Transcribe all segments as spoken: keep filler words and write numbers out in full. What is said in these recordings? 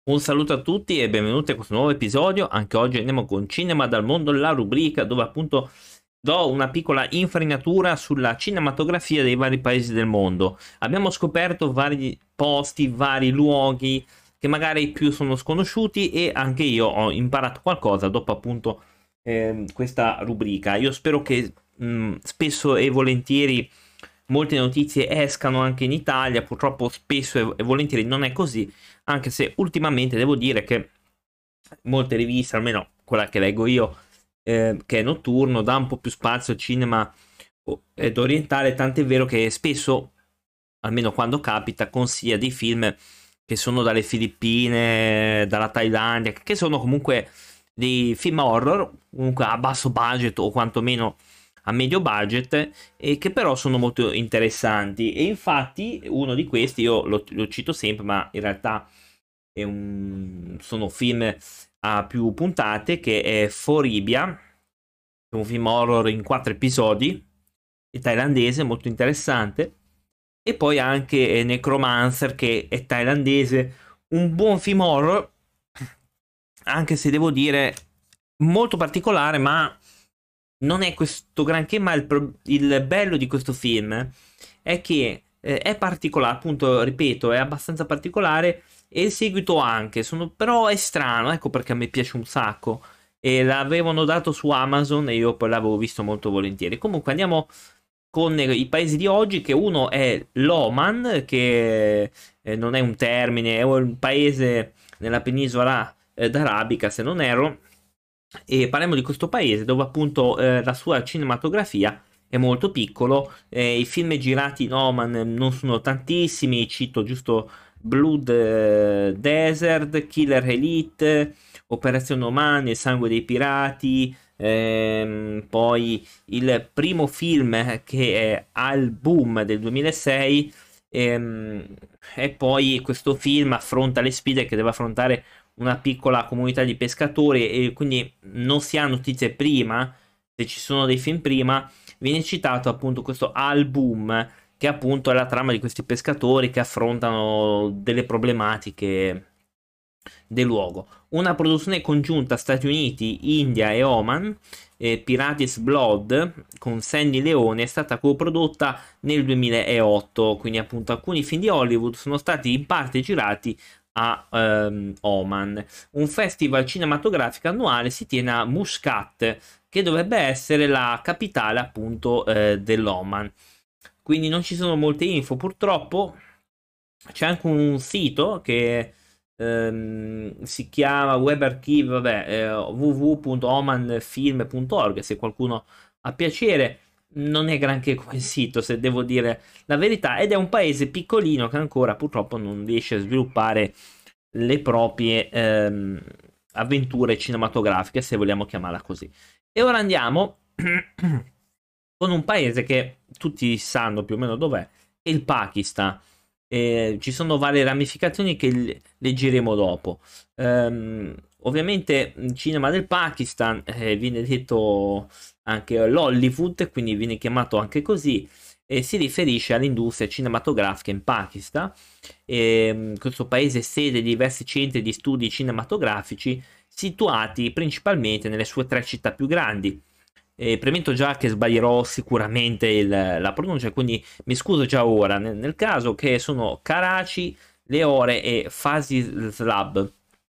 Un saluto a tutti e benvenuti a questo nuovo episodio. Anche oggi andiamo con Cinema dal mondo, la rubrica dove appunto do una piccola infarinatura sulla cinematografia dei vari paesi del mondo. Abbiamo scoperto vari posti, vari luoghi che magari più sono sconosciuti e anche io ho imparato qualcosa dopo appunto ehm, questa rubrica. Io spero che mh, spesso e volentieri molte notizie escano anche in Italia, purtroppo spesso e volentieri non è così, anche se ultimamente devo dire che molte riviste, almeno quella che leggo io, eh, che è Notturno, dà un po' più spazio al cinema ed orientale, tant'è vero che spesso, almeno quando capita, consiglia dei film che sono dalle Filippine, dalla Thailandia, che sono comunque dei film horror, comunque a basso budget o quantomeno a medio budget, e che però sono molto interessanti. E infatti uno di questi io lo, lo cito sempre, ma in realtà è un, sono film a più puntate, che è Foribia, è un film horror in quattro episodi, è thailandese, molto interessante. E poi anche Necromancer, che è thailandese, un buon film horror, anche se devo dire molto particolare, ma non è questo granché. Ma il, pro- il bello di questo film è che eh, è particolare, appunto, ripeto, è abbastanza particolare, e il seguito anche, sono, però è strano, ecco perché a me piace un sacco, e l'avevano dato su Amazon e io poi l'avevo visto molto volentieri. Comunque andiamo con i paesi di oggi, che uno è l'Oman, che eh, non è un termine, è un paese nella penisola eh, d'Arabica, se non erro, e parliamo di questo paese dove appunto eh, la sua cinematografia è molto piccolo. Eh, i film girati in Oman non sono tantissimi, cito giusto Blood eh, Desert, Killer Elite, Operazione Oman, Il sangue dei pirati, ehm, poi il primo film che è Al Boom del duemilasei, ehm, e poi questo film affronta le sfide che deve affrontare una piccola comunità di pescatori, e quindi non si ha notizie prima se ci sono dei film prima. Viene citato appunto questo album, che appunto è la trama di questi pescatori che affrontano delle problematiche del luogo. Una produzione congiunta Stati Uniti, India e Oman, eh, Pirates Blood con Sandy Leone, è stata coprodotta nel duemilaotto, quindi appunto alcuni film di Hollywood sono stati in parte girati a um, Oman. Un festival cinematografico annuale si tiene a Muscat, che dovrebbe essere la capitale appunto eh, dell'Oman. Quindi non ci sono molte info purtroppo. C'è anche un sito che ehm, si chiama Web Archive, vabbè, eh, w w w punto omanfilm punto org, se qualcuno ha piacere. Non è granché come sito, se devo dire la verità, ed è un paese piccolino che ancora purtroppo non riesce a sviluppare le proprie ehm, avventure cinematografiche, se vogliamo chiamarla così. E ora andiamo con un paese che tutti sanno più o meno dov'è, è il Pakistan. Eh, ci sono varie ramificazioni che l- leggeremo dopo. Ehm, ovviamente il cinema del Pakistan eh, viene detto anche l'Hollywood, quindi viene chiamato anche così, e si riferisce all'industria cinematografica in Pakistan. E, questo paese è sede di diversi centri di studi cinematografici situati principalmente nelle sue tre città più grandi. E premetto già che sbaglierò sicuramente il- la pronuncia, quindi mi scuso già ora nel, nel caso, che sono Karachi, Lahore e Fasislab.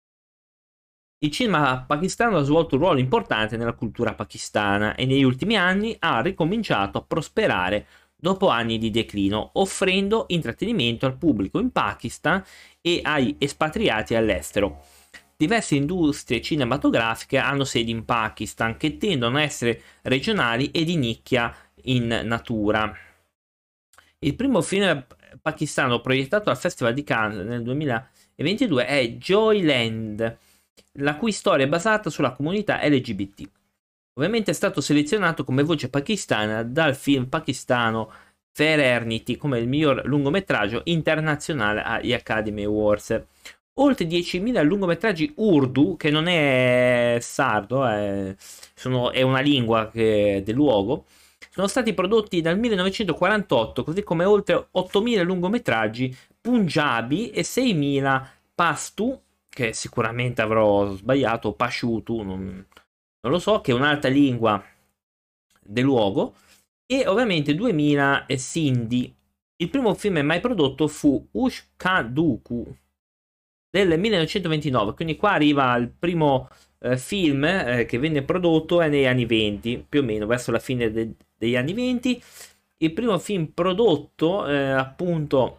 Il cinema pakistano ha svolto un ruolo importante nella cultura pakistana e negli ultimi anni ha ricominciato a prosperare dopo anni di declino, offrendo intrattenimento al pubblico in Pakistan e agli espatriati all'estero. Diverse industrie cinematografiche hanno sedi in Pakistan, che tendono a essere regionali e di nicchia in natura. Il primo film pakistano proiettato al Festival di Cannes nel duemilaventidue è Joyland, la cui storia è basata sulla comunità L G B T. Ovviamente è stato selezionato come voce pakistana dal film pakistano Fraternity come il miglior lungometraggio internazionale agli Academy Awards. Oltre diecimila lungometraggi urdu, che non è sardo, è, sono- è una lingua che- del luogo, sono stati prodotti dal millenovecentoquarantotto, così come oltre ottomila lungometraggi punjabi e seimila pashtu, che sicuramente avrò sbagliato, Pasciutu, non, non lo so, che è un'altra lingua del luogo, e ovviamente duemila e Cindy. Il primo film mai prodotto fu Ushkaduku del millenovecentoventinove, quindi qua arriva il primo eh, film eh, che venne prodotto è negli anni venti, più o meno verso la fine de- degli anni venti. Il primo film prodotto eh, appunto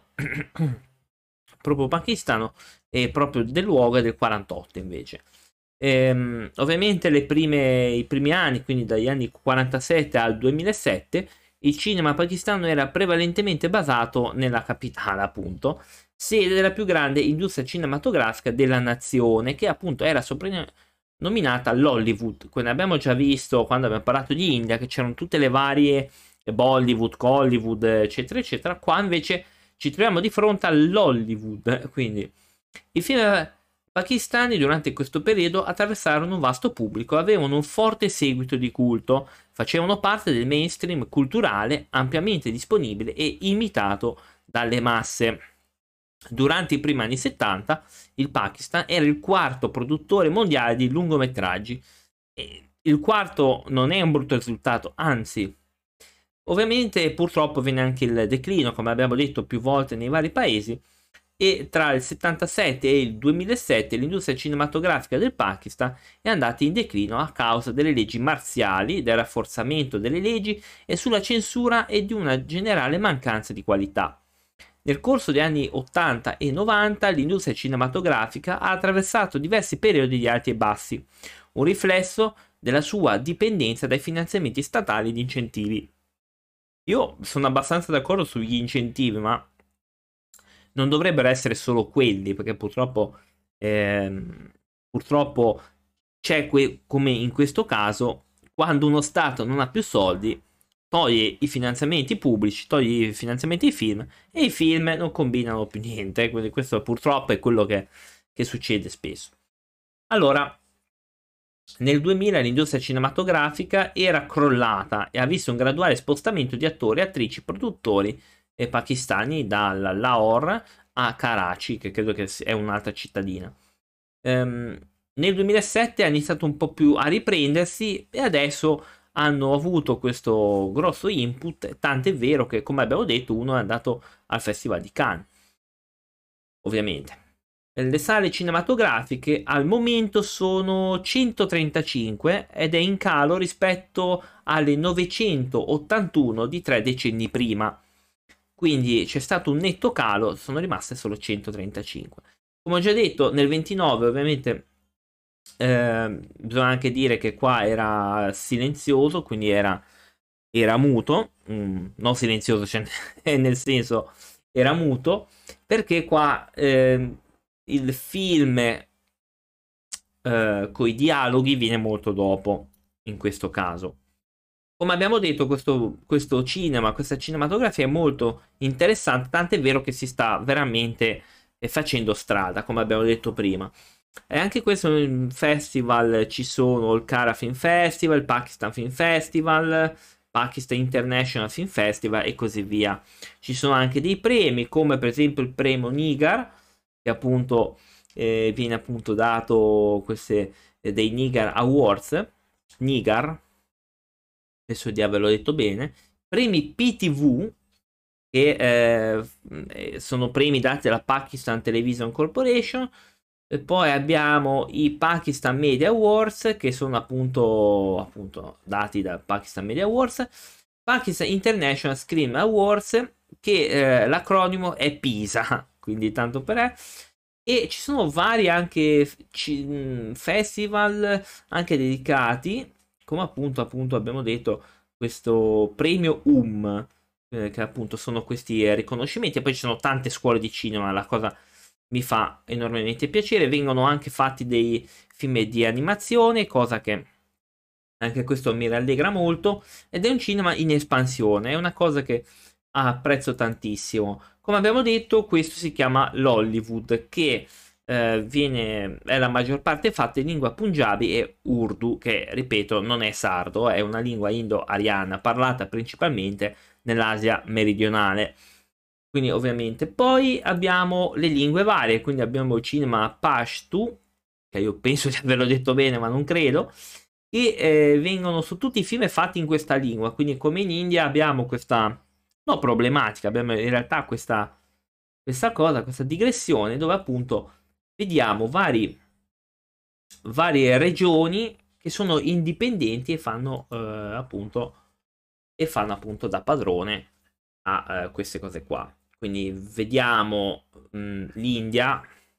proprio pakistano e proprio del luogo è del quarantotto invece. Ehm, ovviamente le prime, i primi anni, quindi dagli anni quarantasette al duemilasette, il cinema pakistano era prevalentemente basato nella capitale, appunto, sede della più grande industria cinematografica della nazione, che appunto era soprannominata l'Hollywood. Quindi abbiamo già visto, quando abbiamo parlato di India, che c'erano tutte le varie Bollywood, Hollywood, eccetera, eccetera. Qua invece ci troviamo di fronte all'Hollywood. Quindi i film pakistani durante questo periodo attraversarono un vasto pubblico, avevano un forte seguito di culto, facevano parte del mainstream culturale ampiamente disponibile e imitato dalle masse. Durante i primi anni settanta il Pakistan era il quarto produttore mondiale di lungometraggi. E il quarto non è un brutto risultato, anzi. Ovviamente purtroppo viene anche il declino, come abbiamo detto più volte nei vari paesi, e tra il settantasette e il duemilasette l'industria cinematografica del Pakistan è andata in declino a causa delle leggi marziali, del rafforzamento delle leggi e sulla censura e di una generale mancanza di qualità. Nel corso degli anni ottanta e novanta l'industria cinematografica ha attraversato diversi periodi di alti e bassi, un riflesso della sua dipendenza dai finanziamenti statali di incentivi. Io sono abbastanza d'accordo sugli incentivi, ma non dovrebbero essere solo quelli, perché purtroppo, ehm, purtroppo c'è que- come in questo caso, quando uno Stato non ha più soldi, toglie i finanziamenti pubblici, toglie i finanziamenti ai film e i film non combinano più niente. Quindi questo purtroppo è quello che, che succede spesso. Allora, nel duemila l'industria cinematografica era crollata e ha visto un graduale spostamento di attori, attrici, produttori eh, pakistani dalla Lahore a Karachi, che credo che è un'altra cittadina. Ehm, nel duemilasette ha iniziato un po' più a riprendersi e adesso hanno avuto questo grosso input, tant'è vero che, come abbiamo detto, uno è andato al Festival di Cannes, ovviamente. Le sale cinematografiche al momento sono centotrentacinque ed è in calo rispetto alle novecentottantuno di tre decenni prima. Quindi c'è stato un netto calo, sono rimaste solo centotrentacinque. Come ho già detto, nel ventinove ovviamente eh, bisogna anche dire che qua era silenzioso, quindi era, era muto, mm, non silenzioso, cioè, nel senso era muto, perché qua eh, il film eh, con i dialoghi viene molto dopo, in questo caso. Come abbiamo detto, questo, questo cinema, questa cinematografia è molto interessante, tant'è vero che si sta veramente eh, facendo strada, come abbiamo detto prima. E anche questo mm, festival ci sono il Kara Film Festival, il Pakistan Film Festival, Pakistan International Film Festival e così via. Ci sono anche dei premi, come per esempio il premio Nigar, che appunto eh, viene appunto dato queste, eh, dei Nigar Awards. Nigar, penso di averlo detto bene. Premi P T V, che eh, sono premi dati dalla Pakistan Television Corporation. E poi abbiamo i Pakistan Media Awards, che sono appunto, appunto dati dal Pakistan Media Awards. Pakistan International Screen Awards, che eh, l'acronimo è PISA, quindi tanto per è. E ci sono vari anche c- festival anche dedicati, come appunto, appunto abbiamo detto, questo premio U M, eh, che appunto sono questi eh, riconoscimenti. E poi ci sono tante scuole di cinema, la cosa mi fa enormemente piacere. Vengono anche fatti dei film di animazione, cosa che anche questo mi rallegra molto. Ed è un cinema in espansione, è una cosa che apprezzo tantissimo. Come abbiamo detto, questo si chiama l'Hollywood, che eh, viene, è la maggior parte fatta in lingua punjabi e urdu, che ripeto non è sardo, è una lingua indo-ariana parlata principalmente nell'Asia meridionale. quindi ovviamente. Poi abbiamo le lingue varie, quindi abbiamo il cinema Pashto, che io penso di averlo detto bene, ma non credo, che eh, vengono su tutti i film fatti in questa lingua, quindi come in India abbiamo questa, no, problematica, abbiamo in realtà questa, questa cosa, questa digressione, dove appunto vediamo vari, varie regioni che sono indipendenti e fanno eh, appunto e fanno appunto da padrone a eh, queste cose qua. Quindi vediamo mh, l'India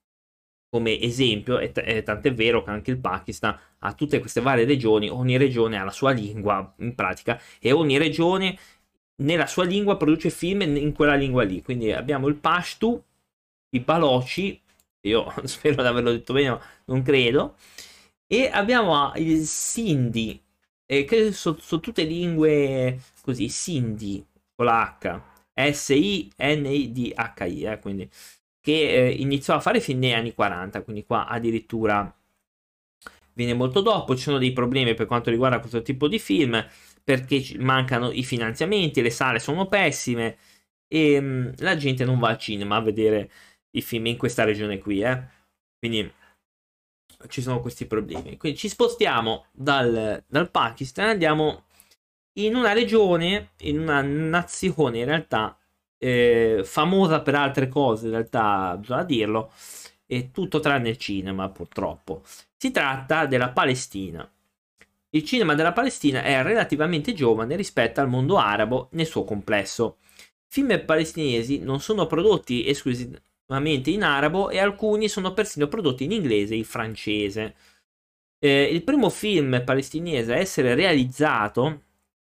come esempio, e, t- e tant'è vero che anche il Pakistan ha tutte queste varie regioni, ogni regione ha la sua lingua in pratica e ogni regione nella sua lingua produce film in in quella lingua lì. Quindi abbiamo il Pashto, i Balochi, io spero di averlo detto bene, ma non credo, e abbiamo il Sindhi, eh, che sono tutte lingue così, Sindhi, con la H, S I N I D H I, eh, quindi che eh, iniziò a fare fin negli anni quaranta, quindi qua addirittura viene molto dopo. Ci sono dei problemi per quanto riguarda questo tipo di film, perché ci- mancano i finanziamenti, le sale sono pessime e mh, la gente non va al cinema a vedere i film in questa regione qui, eh. Quindi ci sono questi problemi. Quindi ci spostiamo dal, dal Pakistan, andiamo in una regione, in una nazione in realtà eh, famosa per altre cose, in realtà bisogna dirlo, è tutto tranne il cinema purtroppo. Si tratta della Palestina. Il cinema della Palestina è relativamente giovane rispetto al mondo arabo nel suo complesso. Film palestinesi non sono prodotti esclusivamente in arabo e alcuni sono persino prodotti in inglese e in francese. Eh, il primo film palestinese a essere realizzato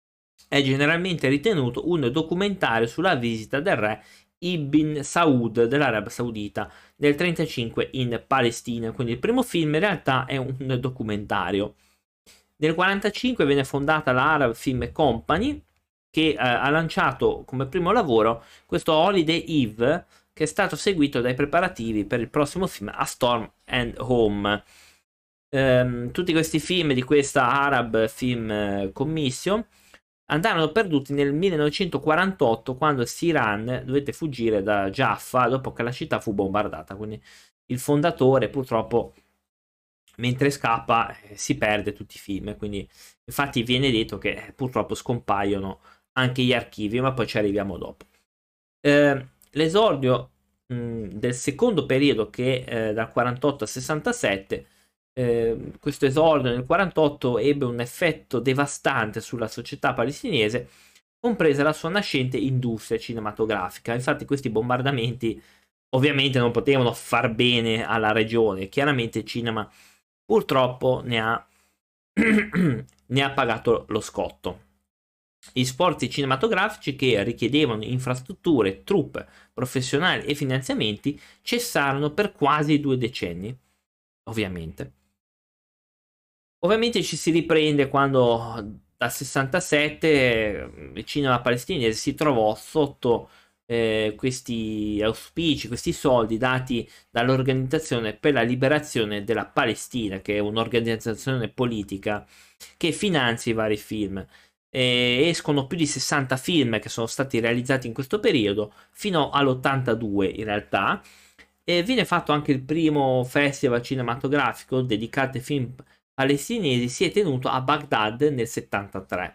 è generalmente ritenuto un documentario sulla visita del re Ibn Saud dell'Arabia Saudita nel millenovecentotrentacinque in Palestina. Quindi il primo film in realtà è un documentario. Nel millenovecentoquarantacinque viene fondata la Arab Film Company, che eh, ha lanciato come primo lavoro questo Holiday Eve, che è stato seguito dai preparativi per il prossimo film A Storm and Home. Ehm, tutti questi film di questa Arab Film eh, Commission andarono perduti nel millenovecentoquarantotto, quando Siran dovette fuggire da Jaffa dopo che la città fu bombardata. Quindi il fondatore purtroppo, mentre scappa, eh, si perde tutti i film. Quindi infatti viene detto che eh, purtroppo scompaiono anche gli archivi, ma poi ci arriviamo dopo. Eh, l'esordio mh, del secondo periodo, che eh, dal quarantotto al sessantasette, eh, questo esordio nel quarantotto ebbe un effetto devastante sulla società palestinese, compresa la sua nascente industria cinematografica. Infatti questi bombardamenti ovviamente non potevano far bene alla regione, chiaramente il cinema purtroppo ne ha, ne ha pagato lo scotto. Gli sforzi cinematografici, che richiedevano infrastrutture, truppe, professionali e finanziamenti, cessarono per quasi due decenni, ovviamente. Ovviamente ci si riprende quando dal sessantasette eh, il cinema palestinese si trovò sotto eh, questi auspici, questi soldi dati dall'Organizzazione per la Liberazione della Palestina, che è un'organizzazione politica che finanzia i vari film. Eh, escono più di sessanta film che sono stati realizzati in questo periodo, fino all'ottantadue in realtà. E viene fatto anche il primo festival cinematografico dedicato ai film palestinesi, si è tenuto a Baghdad nel settantatré.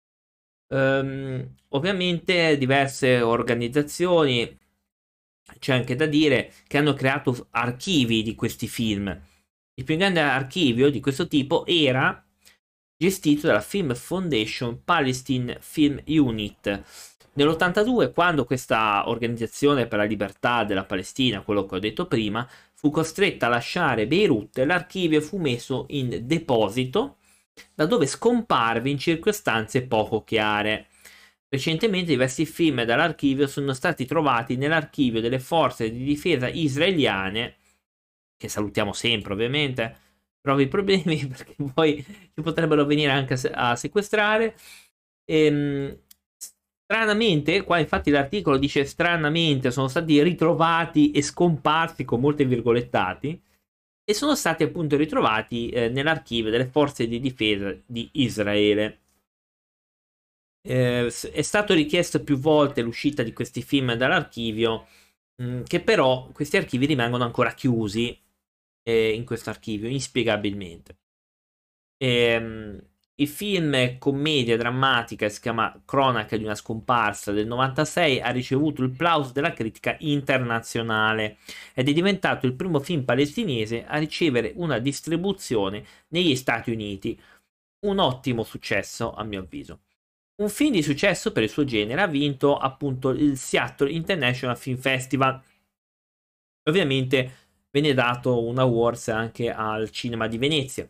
Um, ovviamente diverse organizzazioni, c'è anche da dire, che hanno creato archivi di questi film. Il più grande archivio di questo tipo era gestito dalla Film Foundation Palestine Film Unit. Nell'ottantadue, quando questa organizzazione per la libertà della Palestina, quello che ho detto prima, fu costretta a lasciare Beirut, l'archivio fu messo in deposito, da dove scomparve in circostanze poco chiare. Recentemente diversi film dall'archivio sono stati trovati nell'archivio delle forze di difesa israeliane, che salutiamo sempre ovviamente, trovi problemi perché poi ci potrebbero venire anche a sequestrare. Ehm, stranamente, qua infatti l'articolo dice stranamente sono stati ritrovati e scomparsi con molte virgolettati, e sono stati appunto ritrovati eh, nell'archivio delle forze di difesa di Israele. Eh, è stato richiesto più volte l'uscita di questi film dall'archivio, mh, che però questi archivi rimangono ancora chiusi eh, in questo archivio, inspiegabilmente. Ehm, il film commedia drammatica si chiama Cronaca di una scomparsa del novantasei, ha ricevuto il plauso della critica internazionale ed è diventato il primo film palestinese a ricevere una distribuzione negli Stati Uniti. Un ottimo successo, a mio avviso. Un film di successo per il suo genere, ha vinto appunto il Seattle International Film Festival. Ovviamente venne dato un awards anche al Cinema di Venezia.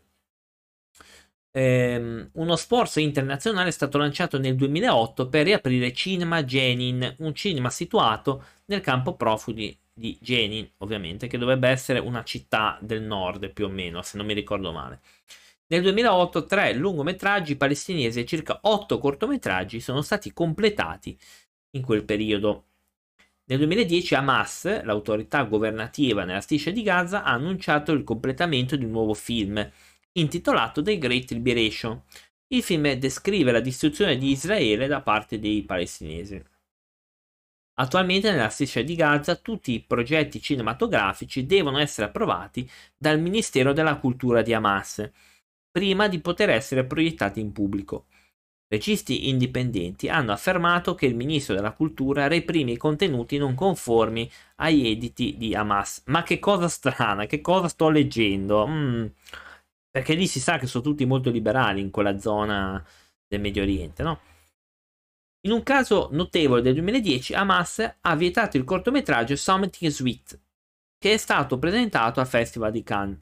Ehm, uno sforzo internazionale è stato lanciato nel duemilaotto per riaprire Cinema Jenin, un cinema situato nel campo profughi di Jenin, ovviamente, che dovrebbe essere una città del nord più o meno, se non mi ricordo male. Nel duemilaotto tre lungometraggi palestinesi e circa otto cortometraggi sono stati completati in quel periodo. Nel duemiladieci Hamas, l'autorità governativa nella striscia di Gaza, ha annunciato il completamento di un nuovo film intitolato The Great Liberation. Il film descrive la distruzione di Israele da parte dei palestinesi. Attualmente nella striscia di Gaza tutti i progetti cinematografici devono essere approvati dal Ministero della Cultura di Hamas prima di poter essere proiettati in pubblico. Registi indipendenti hanno affermato che il ministro della cultura reprime i contenuti non conformi agli editi di Hamas. Ma che cosa strana, che cosa sto leggendo? Mm, perché lì si sa che sono tutti molto liberali in quella zona del Medio Oriente, no? In un caso notevole del duemiladieci, Hamas ha vietato il cortometraggio Something Sweet, che è stato presentato al Festival di Cannes.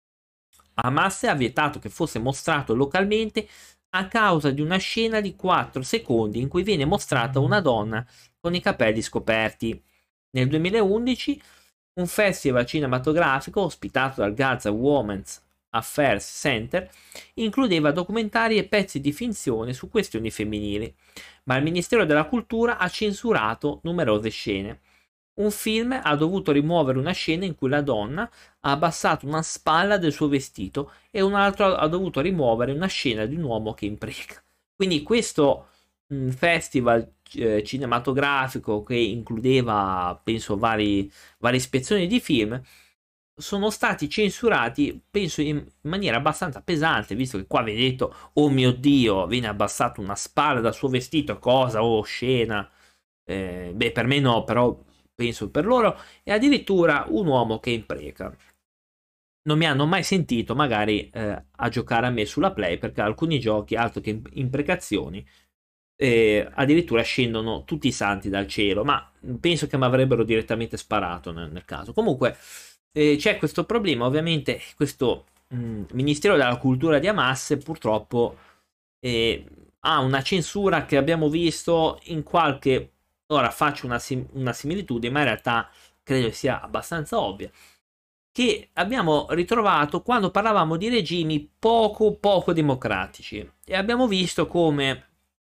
Hamas ha vietato che fosse mostrato localmente a causa di una scena di quattro secondi in cui viene mostrata una donna con i capelli scoperti. Nel duemilaundici un festival cinematografico ospitato dal Gaza Women's Affairs Center includeva documentari e pezzi di finzione su questioni femminili, ma il Ministero della Cultura ha censurato numerose scene. Un film ha dovuto rimuovere una scena in cui la donna ha abbassato una spalla del suo vestito e un altro ha dovuto rimuovere una scena di un uomo che impreca. Quindi questo mh, festival eh, cinematografico che includeva, penso, vari, varie ispezioni di film, sono stati censurati, penso, in maniera abbastanza pesante, visto che qua avete detto, oh mio Dio, viene abbassato una spalla dal suo vestito, cosa, oh, scena. Eh, beh, per me no, però penso per loro, e addirittura un uomo che impreca. Non mi hanno mai sentito magari eh, a giocare a me sulla Play, perché alcuni giochi, altro che imprecazioni, eh, addirittura scendono tutti i santi dal cielo, ma penso che mi avrebbero direttamente sparato nel, nel caso. Comunque eh, c'è questo problema, ovviamente questo mh, Ministero della Cultura di Hamas purtroppo eh, ha una censura che abbiamo visto in qualche... Ora faccio una, sim- una similitudine, ma in realtà credo sia abbastanza ovvia, che abbiamo ritrovato quando parlavamo di regimi poco poco democratici e abbiamo visto come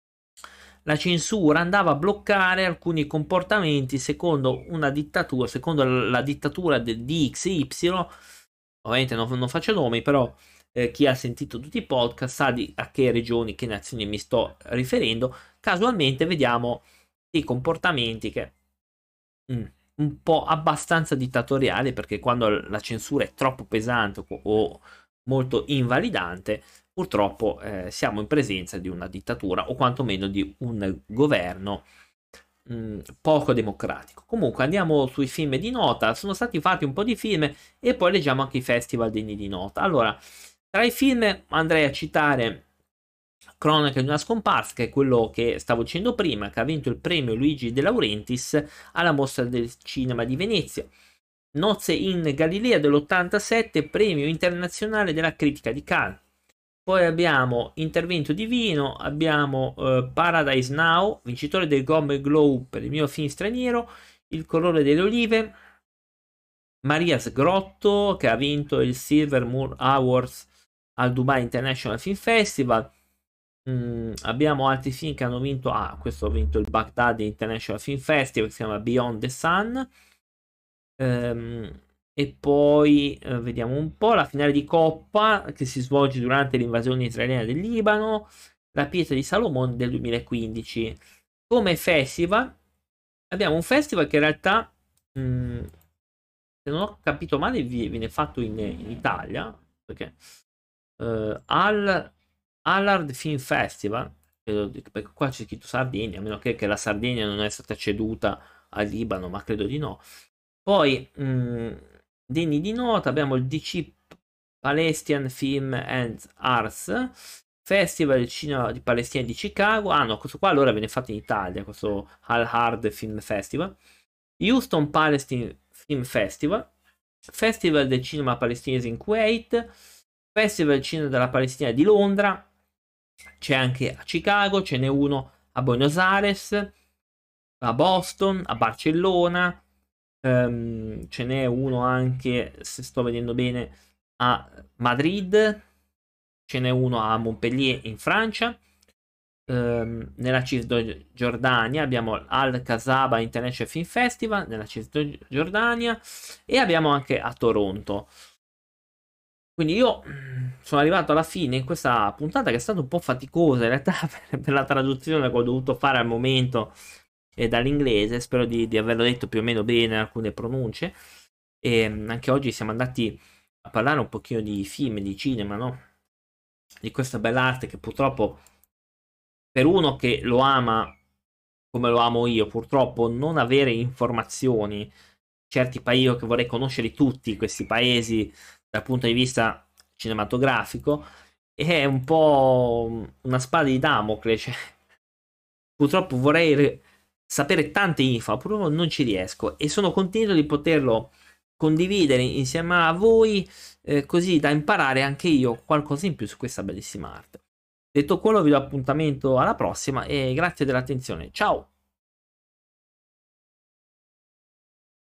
la censura andava a bloccare alcuni comportamenti secondo una dittatura, secondo la dittatura di X Y. Ovviamente non, non faccio nomi, però eh, chi ha sentito tutti i podcast sa di a che regioni, che nazioni mi sto riferendo. Casualmente vediamo dei comportamenti che mm, un po' abbastanza dittatoriali, perché quando la censura è troppo pesante o, o molto invalidante, purtroppo eh, siamo in presenza di una dittatura o quantomeno di un governo mh, poco democratico. Comunque andiamo sui film di nota, sono stati fatti un po' di film e poi leggiamo anche i festival degni di nota. Allora, tra i film andrei a citare Cronaca di una scomparsa, che è quello che stavo dicendo prima, che ha vinto il premio Luigi De Laurentiis alla Mostra del Cinema di Venezia. Nozze in Galilea dell'ottantasette, premio internazionale della critica di Cannes. Poi abbiamo Intervento Divino, abbiamo uh, Paradise Now, vincitore del Golden Globe per il mio film straniero, Il colore delle olive, Maria's Grotto, che ha vinto il Silver Moon Awards al Dubai International Film Festival. Mm, abbiamo altri film che hanno vinto. Ah, questo ha vinto il Baghdad International Film Festival, che si chiama Beyond the Sun. Ehm, e poi eh, vediamo un po' la finale di Coppa che si svolge durante l'invasione israeliana del Libano. la pietra di Salomone del duemilaquindici. Come festival abbiamo un festival che in realtà, mh, se non ho capito male, viene fatto in, in Italia, perché uh, al Allard Film Festival, perché qua c'è scritto Sardegna, a meno che, che la Sardegna non è stata ceduta al Libano, ma credo di no. Poi mh, degni di nota abbiamo il D C Palestinian Film and Arts Festival del Cinema di Palestina di Chicago. Ah no, questo qua allora viene fatto in Italia, questo Al Hard Film Festival. Houston Palestine Film Festival, Festival del Cinema Palestinese in Kuwait, Festival del Cinema della Palestina di Londra, c'è anche a Chicago, ce n'è uno a Buenos Aires, a Boston, a Barcellona, um, ce n'è uno anche, se sto vedendo bene, a Madrid, ce n'è uno a Montpellier in Francia, um, nella Cisgiordania abbiamo Al Kasaba International Film Festival, nella Cisgiordania, e abbiamo anche a Toronto. Quindi io sono arrivato alla fine in questa puntata che è stata un po' faticosa in realtà per, per la traduzione che ho dovuto fare al momento eh, dall'inglese. Spero di, di averlo detto più o meno bene alcune pronunce. E anche oggi siamo andati a parlare un pochino di film, di cinema, no? Di questa bella arte che purtroppo per uno che lo ama come lo amo io, purtroppo non avere informazioni, certi paesi, io che vorrei conoscere tutti questi paesi dal punto di vista cinematografico, è un po' una spada di Damocle, cioè, purtroppo vorrei re- sapere tante info, purtroppo non ci riesco e sono contento di poterlo condividere insieme a voi, eh, così da imparare anche io qualcosa in più su questa bellissima arte. Detto quello, vi do appuntamento alla prossima e grazie dell'attenzione. Ciao!